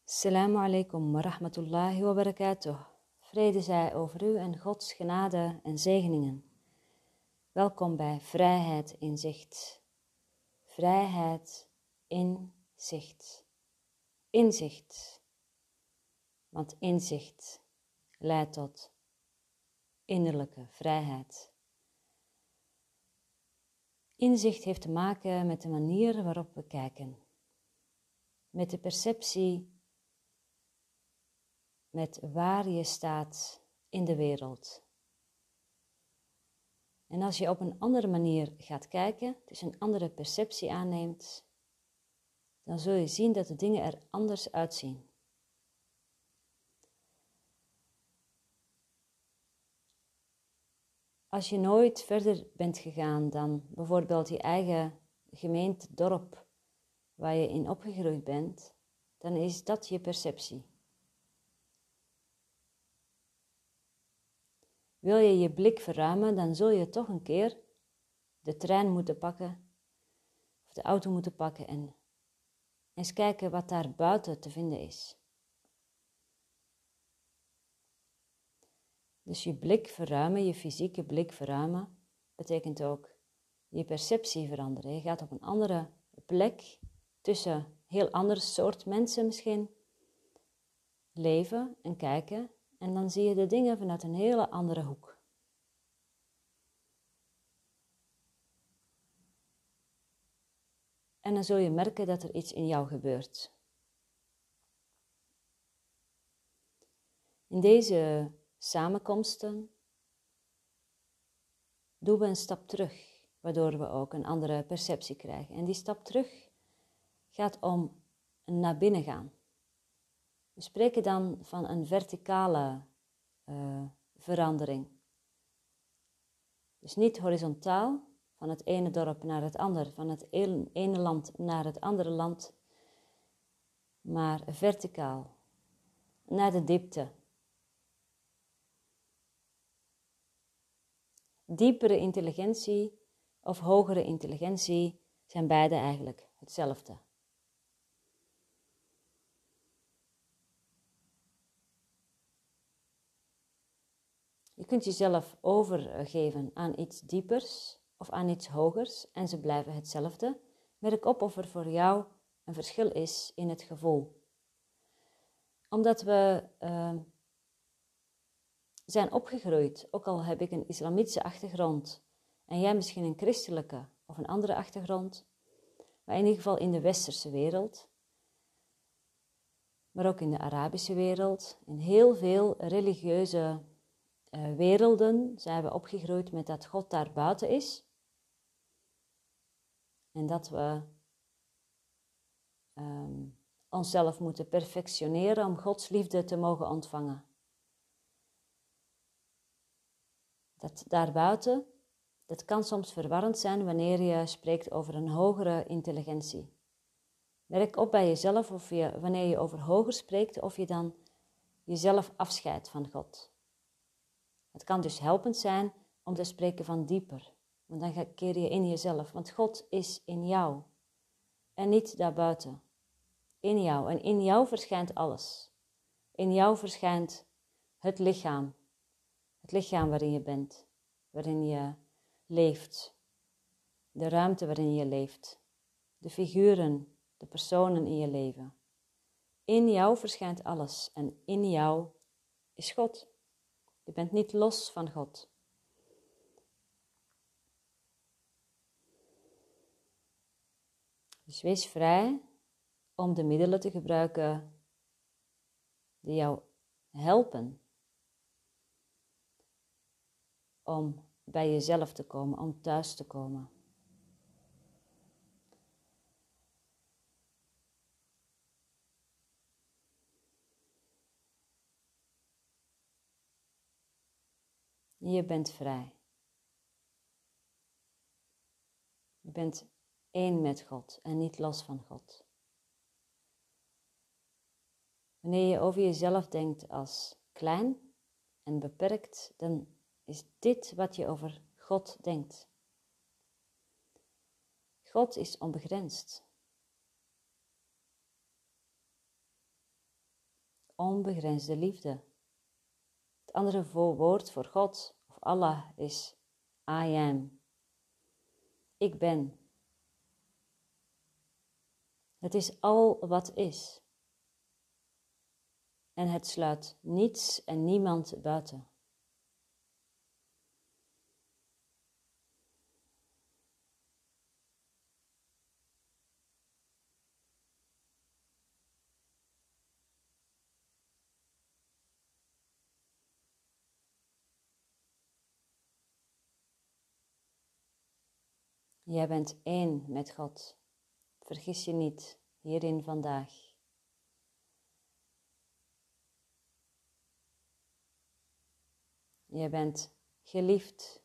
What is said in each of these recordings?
Assalamu alaikum wa rahmatullahi wa barakatuh. Vrede zij over u en Gods genade en zegeningen. Welkom bij Vrijheid in Zicht. Vrijheid in zicht. Inzicht. Want inzicht leidt tot innerlijke vrijheid. Inzicht heeft te maken met de manier waarop we kijken. Met de perceptie, met waar je staat in de wereld. En als je op een andere manier gaat kijken, dus een andere perceptie aanneemt, dan zul je zien dat de dingen er anders uitzien. Als je nooit verder bent gegaan dan bijvoorbeeld je eigen gemeente, dorp, waar je in opgegroeid bent, dan is dat je perceptie. Wil je je blik verruimen, dan zul je toch een keer de trein moeten pakken, of de auto moeten pakken en eens kijken wat daar buiten te vinden is. Dus je blik verruimen, je fysieke blik verruimen, betekent ook je perceptie veranderen. Je gaat op een andere plek, tussen heel ander soort mensen misschien, leven en kijken. En dan zie je de dingen vanuit een hele andere hoek. En dan zul je merken dat er iets in jou gebeurt. In deze samenkomsten doen we een stap terug, waardoor we ook een andere perceptie krijgen. En die stap terug gaat om naar binnen gaan. We spreken dan van een verticale verandering. Dus niet horizontaal, van het ene dorp naar het andere, van het ene land naar het andere land, maar verticaal, naar de diepte. Diepere intelligentie of hogere intelligentie zijn beide eigenlijk hetzelfde. Je kunt jezelf overgeven aan iets diepers of aan iets hogers en ze blijven hetzelfde. Merk op of er voor jou een verschil is in het gevoel. Omdat we zijn opgegroeid, ook al heb ik een islamitische achtergrond en jij misschien een christelijke of een andere achtergrond, maar in ieder geval in de westerse wereld, maar ook in de Arabische wereld, in heel veel religieuze werelden zijn we opgegroeid met dat God daar buiten is en dat we onszelf moeten perfectioneren om Gods liefde te mogen ontvangen. Dat daarbuiten, dat kan soms verwarrend zijn wanneer je spreekt over een hogere intelligentie. Merk op bij jezelf of je, wanneer je over hoger spreekt, of je dan jezelf afscheidt van God. Het kan dus helpend zijn om te spreken van dieper, want dan keer je in jezelf, want God is in jou en niet daarbuiten. In jou, en in jou verschijnt alles. In jou verschijnt het lichaam waarin je bent, waarin je leeft, de ruimte waarin je leeft, de figuren, de personen in je leven. In jou verschijnt alles en in jou is God. Je bent niet los van God. Dus wees vrij om de middelen te gebruiken die jou helpen om bij jezelf te komen, om thuis te komen. Je bent vrij. Je bent één met God en niet los van God. Wanneer je over jezelf denkt als klein en beperkt, dan is dit wat je over God denkt. God is onbegrensd. onbegrensde liefde. Het andere woord voor God of Allah is I am. Ik ben. Het is al wat is. En het sluit niets en niemand buiten. Jij bent één met God. Vergis je niet hierin vandaag. Je bent geliefd.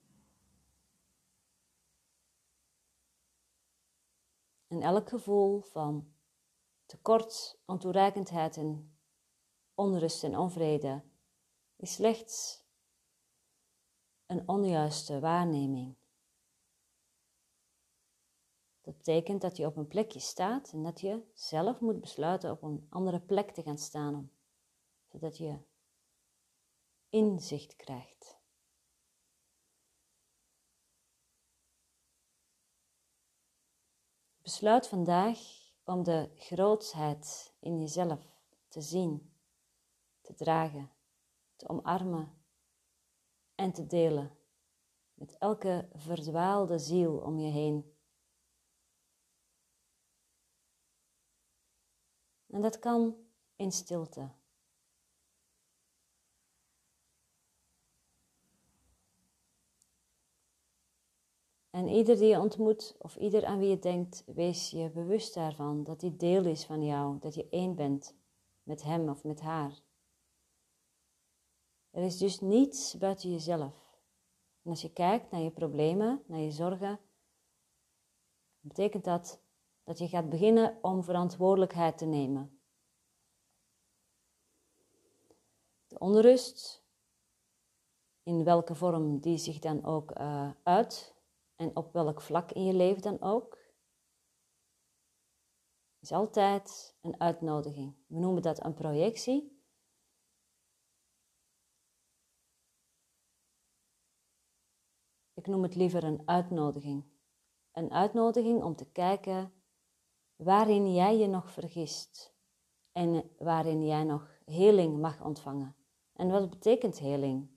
En elk gevoel van tekort, ontoereikendheid en onrust en onvrede is slechts een onjuiste waarneming. Dat betekent dat je op een plekje staat en dat je zelf moet besluiten op een andere plek te gaan staan, zodat je inzicht krijgt. Besluit vandaag om de grootsheid in jezelf te zien, te dragen, te omarmen en te delen met elke verdwaalde ziel om je heen. En dat kan in stilte. En ieder die je ontmoet of ieder aan wie je denkt, wees je bewust daarvan dat die deel is van jou, dat je één bent met hem of met haar. Er is dus niets buiten jezelf. En als je kijkt naar je problemen, naar je zorgen, betekent dat dat je gaat beginnen om verantwoordelijkheid te nemen. De onrust, in welke vorm die zich dan ook uit en op welk vlak in je leven dan ook, is altijd een uitnodiging. We noemen dat een projectie. Ik noem het liever een uitnodiging. Een uitnodiging om te kijken waarin jij je nog vergist en waarin jij nog heling mag ontvangen. En wat betekent heling?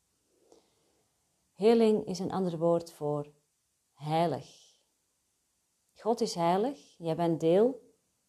Heling is een ander woord voor heilig. God is heilig, jij bent deel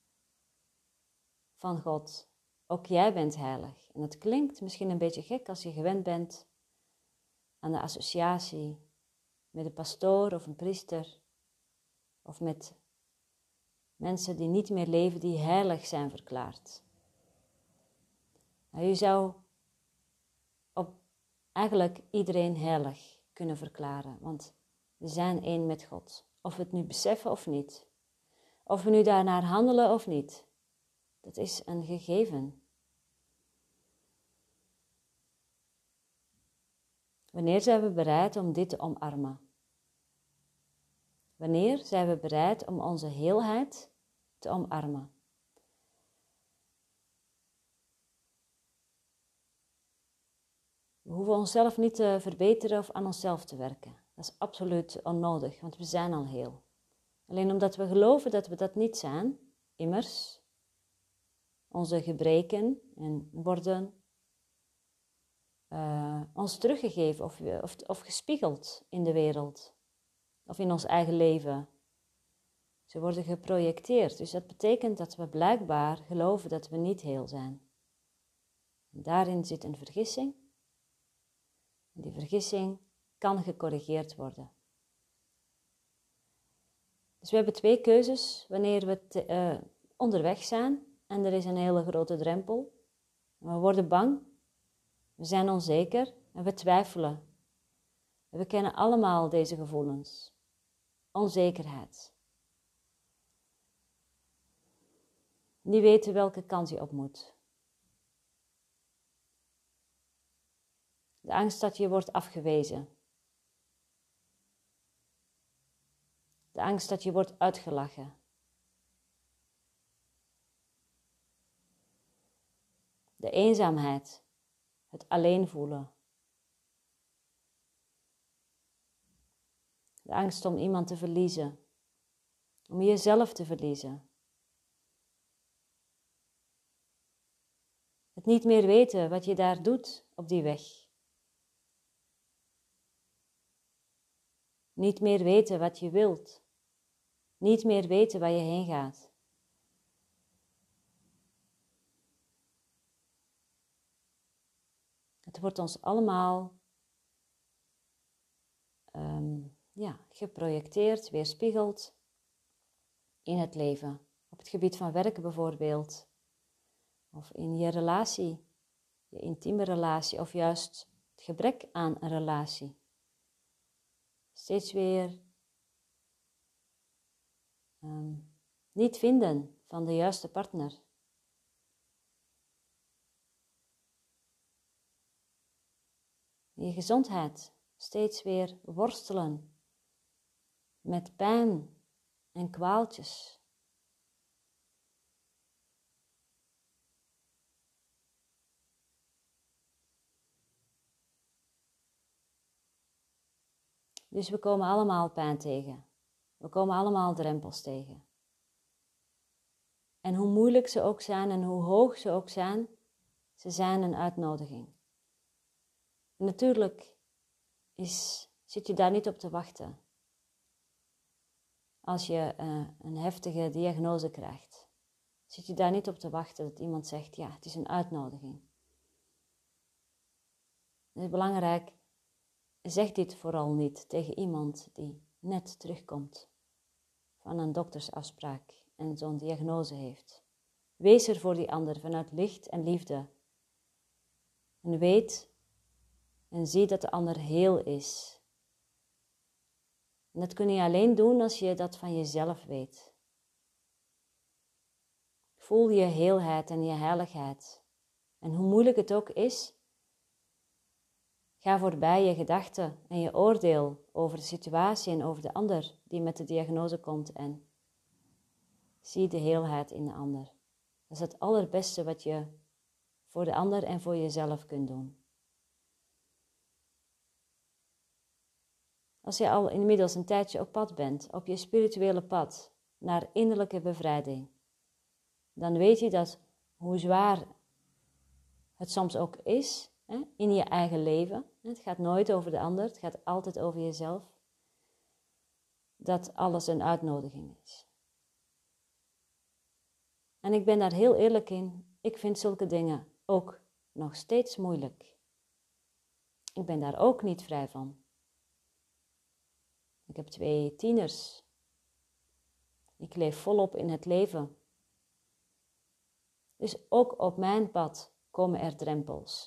van God. Ook jij bent heilig. En het klinkt misschien een beetje gek als je gewend bent aan de associatie met een pastoor of een priester of met mensen die niet meer leven, die heilig zijn verklaard. Nou, je zou op eigenlijk iedereen heilig kunnen verklaren, want we zijn één met God. Of we het nu beseffen of niet. Of we nu daarnaar handelen of niet. Dat is een gegeven. Wanneer zijn we bereid om dit te omarmen? Wanneer zijn we bereid om onze heelheid te omarmen? We hoeven onszelf niet te verbeteren of aan onszelf te werken. Dat is absoluut onnodig, want we zijn al heel. Alleen omdat we geloven dat we dat niet zijn, immers, onze gebreken en worden ons teruggegeven of gespiegeld in de wereld of in ons eigen leven. Ze worden geprojecteerd, dus dat betekent dat we blijkbaar geloven dat we niet heel zijn. En daarin zit een vergissing. En die vergissing kan gecorrigeerd worden. Dus we hebben twee keuzes wanneer we onderweg zijn en er is een hele grote drempel. We worden bang, we zijn onzeker en we twijfelen. En we kennen allemaal deze gevoelens. Onzekerheid. Niet weten welke kant je op moet. De angst dat je wordt afgewezen. De angst dat je wordt uitgelachen. de eenzaamheid, het alleen voelen. De angst om iemand te verliezen, om jezelf te verliezen. Het niet meer weten wat je daar doet op die weg. Niet meer weten wat je wilt. Niet meer weten waar je heen gaat. Het wordt ons allemaal geprojecteerd, weerspiegeld in het leven. Op het gebied van werk bijvoorbeeld. Of in je relatie, je intieme relatie, of juist het gebrek aan een relatie. Steeds weer niet vinden van de juiste partner. Je gezondheid, steeds weer worstelen met pijn en kwaaltjes. Dus we komen allemaal pijn tegen. We komen allemaal drempels tegen. En hoe moeilijk ze ook zijn en hoe hoog ze ook zijn, ze zijn een uitnodiging. En natuurlijk zit je daar niet op te wachten. Als je een heftige diagnose krijgt, zit je daar niet op te wachten dat iemand zegt, ja, het is een uitnodiging. Het is belangrijk, zeg dit vooral niet tegen iemand die net terugkomt van een doktersafspraak en zo'n diagnose heeft. Wees er voor die ander vanuit licht en liefde. En weet en zie dat de ander heel is. En dat kun je alleen doen als je dat van jezelf weet. Voel je heelheid en je heiligheid. En hoe moeilijk het ook is, ga voorbij je gedachten en je oordeel over de situatie en over de ander die met de diagnose komt en zie de heelheid in de ander. Dat is het allerbeste wat je voor de ander en voor jezelf kunt doen. Als je al inmiddels een tijdje op pad bent, op je spirituele pad, naar innerlijke bevrijding, dan weet je dat hoe zwaar het soms ook is in je eigen leven, het gaat nooit over de ander, het gaat altijd over jezelf, dat alles een uitnodiging is. En ik ben daar heel eerlijk in, ik vind zulke dingen ook nog steeds moeilijk. Ik ben daar ook niet vrij van. Ik heb 2 tieners. Ik leef volop in het leven. Dus ook op mijn pad komen er drempels.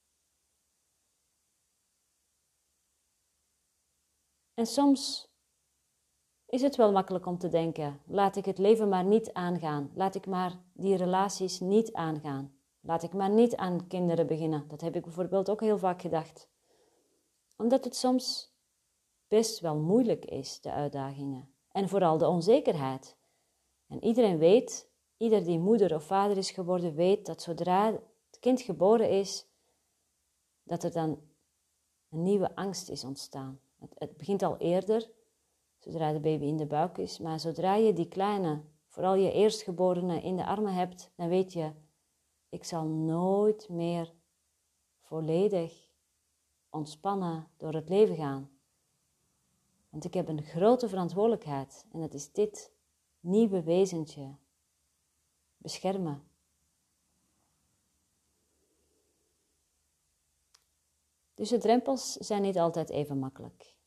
En soms is het wel makkelijk om te denken, laat ik het leven maar niet aangaan. Laat ik maar die relaties niet aangaan. Laat ik maar niet aan kinderen beginnen. Dat heb ik bijvoorbeeld ook heel vaak gedacht. Omdat het soms best wel moeilijk is, de uitdagingen. En vooral de onzekerheid. En iedereen weet, ieder die moeder of vader is geworden, weet dat zodra het kind geboren is, dat er dan een nieuwe angst is ontstaan. Het begint al eerder, zodra de baby in de buik is, maar zodra je die kleine, vooral je eerstgeborene in de armen hebt, dan weet je, ik zal nooit meer volledig ontspannen door het leven gaan. Want ik heb een grote verantwoordelijkheid en dat is dit nieuwe wezentje beschermen. Dus de drempels zijn niet altijd even makkelijk.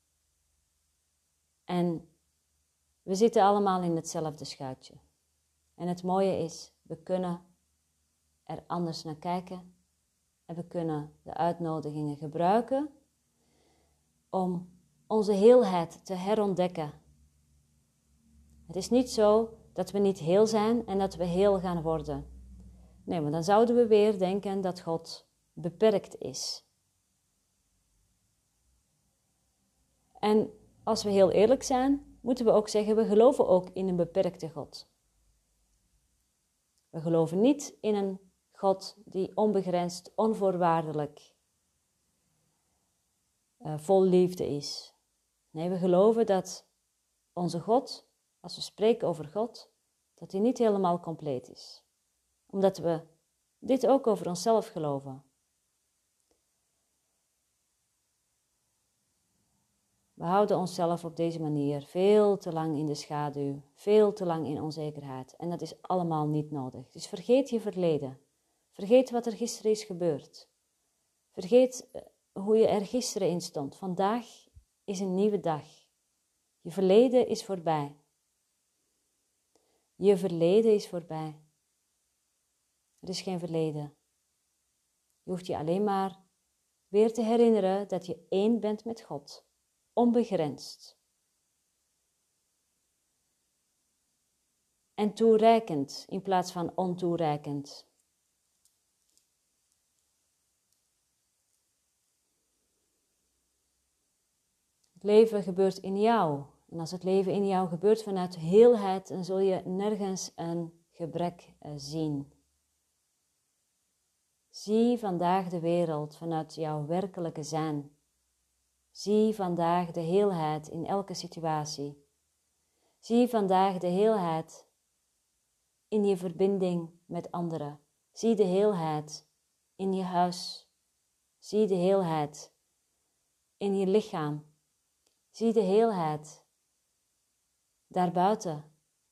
En we zitten allemaal in hetzelfde schuitje. En het mooie is, we kunnen er anders naar kijken en we kunnen de uitnodigingen gebruiken om onze heelheid te herontdekken. Het is niet zo dat we niet heel zijn en dat we heel gaan worden. Nee, maar dan zouden we weer denken dat God beperkt is. En als we heel eerlijk zijn, moeten we ook zeggen, we geloven ook in een beperkte God. We geloven niet in een God die onbegrensd, onvoorwaardelijk, vol liefde is. Nee, we geloven dat onze God, als we spreken over God, dat hij niet helemaal compleet is. Omdat we dit ook over onszelf geloven. We houden onszelf op deze manier veel te lang in de schaduw, veel te lang in onzekerheid. En dat is allemaal niet nodig. Dus vergeet je verleden. Vergeet wat er gisteren is gebeurd. Vergeet hoe je er gisteren in stond. Vandaag is een nieuwe dag. Je verleden is voorbij. Je verleden is voorbij. Er is geen verleden. Je hoeft je alleen maar weer te herinneren dat je één bent met God. Onbegrensd. En toereikend in plaats van ontoereikend. Het leven gebeurt in jou. En als het leven in jou gebeurt vanuit heelheid, dan zul je nergens een gebrek zien. Zie vandaag de wereld vanuit jouw werkelijke zijn. Zie vandaag de heelheid in elke situatie. Zie vandaag de heelheid in je verbinding met anderen. Zie de heelheid in je huis. Zie de heelheid in je lichaam. Zie de heelheid daarbuiten.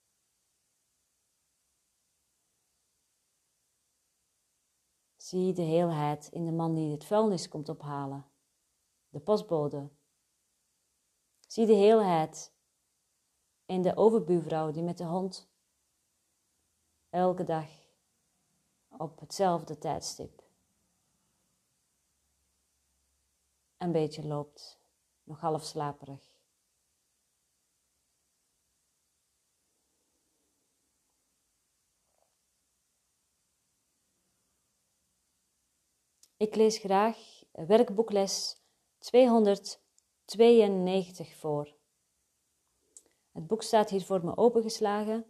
Zie de heelheid in de man die het vuilnis komt ophalen. De postbode. Zie de heelheid in de overbuurvrouw die met de hond elke dag op hetzelfde tijdstip een beetje loopt, nog half slaperig. Ik lees graag werkboekles 292 voor. Het boek staat hier voor me opengeslagen.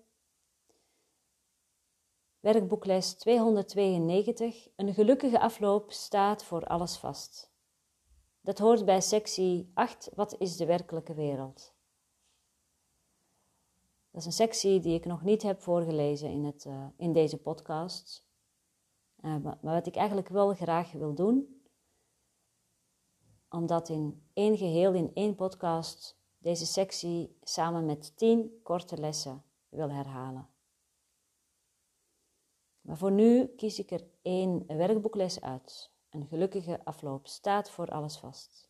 Werkboekles 292. Een gelukkige afloop staat voor alles vast. Dat hoort bij sectie 8. Wat is de werkelijke wereld? Dat is een sectie die ik nog niet heb voorgelezen in deze podcast. Maar wat ik eigenlijk wel graag wil doen, omdat in één geheel, in één podcast, deze sectie samen met 10 korte lessen wil herhalen. Maar voor nu kies ik er 1 werkboekles uit. Een gelukkige afloop staat voor alles vast.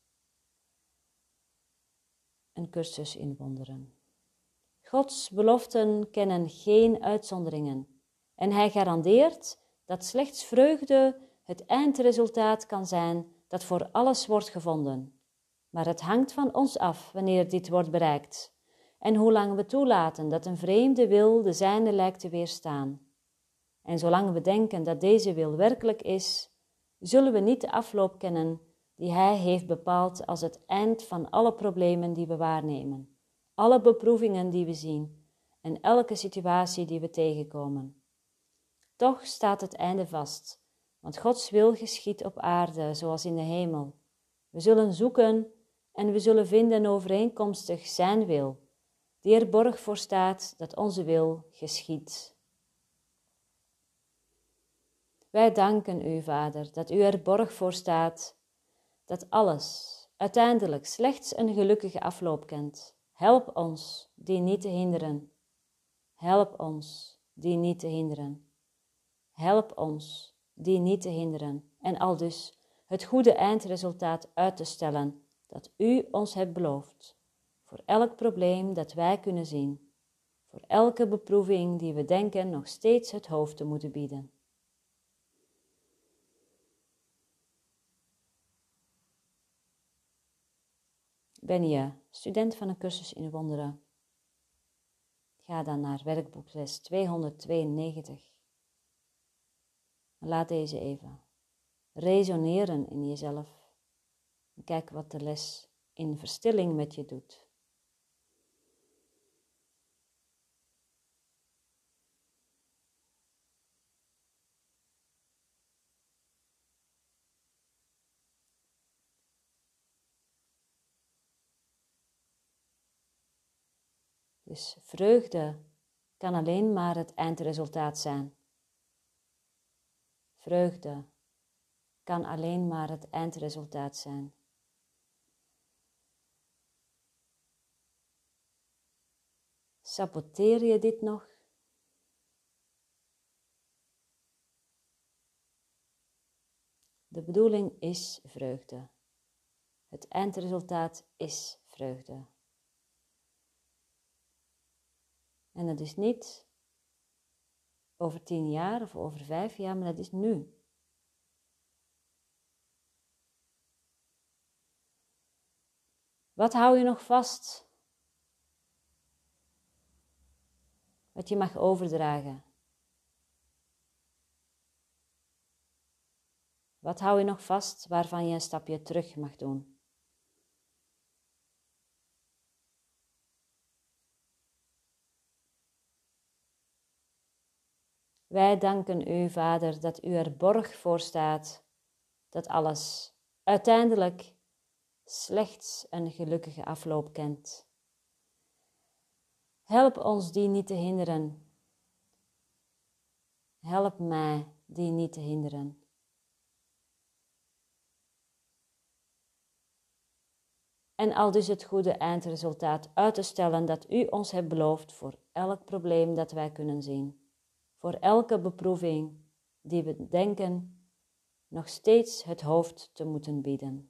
Een cursus in wonderen. Gods beloften kennen geen uitzonderingen. En hij garandeert dat slechts vreugde het eindresultaat kan zijn dat voor alles wordt gevonden. Maar het hangt van ons af wanneer dit wordt bereikt en hoe lang we toelaten dat een vreemde wil de zijne lijkt te weerstaan. En zolang we denken dat deze wil werkelijk is, zullen we niet de afloop kennen die hij heeft bepaald als het eind van alle problemen die we waarnemen, alle beproevingen die we zien en elke situatie die we tegenkomen. Toch staat het einde vast, want Gods wil geschiedt op aarde zoals in de hemel. We zullen zoeken en we zullen vinden overeenkomstig zijn wil, die er borg voor staat dat onze wil geschiedt. Wij danken u, Vader, dat u er borg voor staat, dat alles uiteindelijk slechts een gelukkige afloop kent. Help ons die niet te hinderen. Help ons die niet te hinderen. Help ons die niet te hinderen. En aldus het goede eindresultaat uit te stellen dat u ons hebt beloofd. Voor elk probleem dat wij kunnen zien. Voor elke beproeving die we denken nog steeds het hoofd te moeten bieden. Ben je student van een cursus in wonderen? Ga dan naar werkboekles 292. Laat deze even resoneren in jezelf. En kijk wat de les in verstilling met je doet. Dus vreugde kan alleen maar het eindresultaat zijn. Vreugde kan alleen maar het eindresultaat zijn. Saboteer je dit nog? De bedoeling is vreugde. Het eindresultaat is vreugde. En het is niet over 10 jaar of over 5 jaar, maar dat is nu. Wat hou je nog vast? Wat je mag overdragen? Wat hou je nog vast waarvan je een stapje terug mag doen? Wij danken u, Vader, dat u er borg voor staat, dat alles uiteindelijk slechts een gelukkige afloop kent. Help ons die niet te hinderen. Help mij die niet te hinderen. En al dus het goede eindresultaat uit te stellen dat u ons hebt beloofd voor elk probleem dat wij kunnen zien. Voor elke beproeving die we denken nog steeds het hoofd te moeten bieden.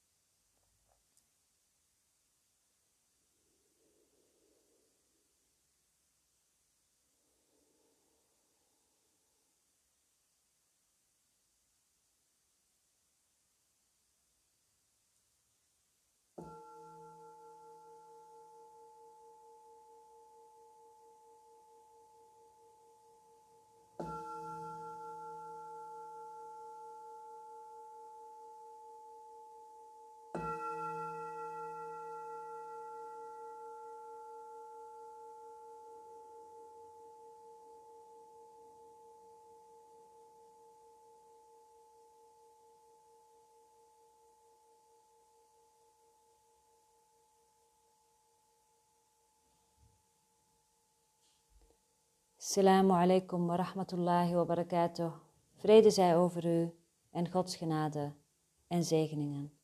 Assalamu alaikum wa rahmatullahi wa barakatuh. Vrede zij over u en Gods genade en zegeningen.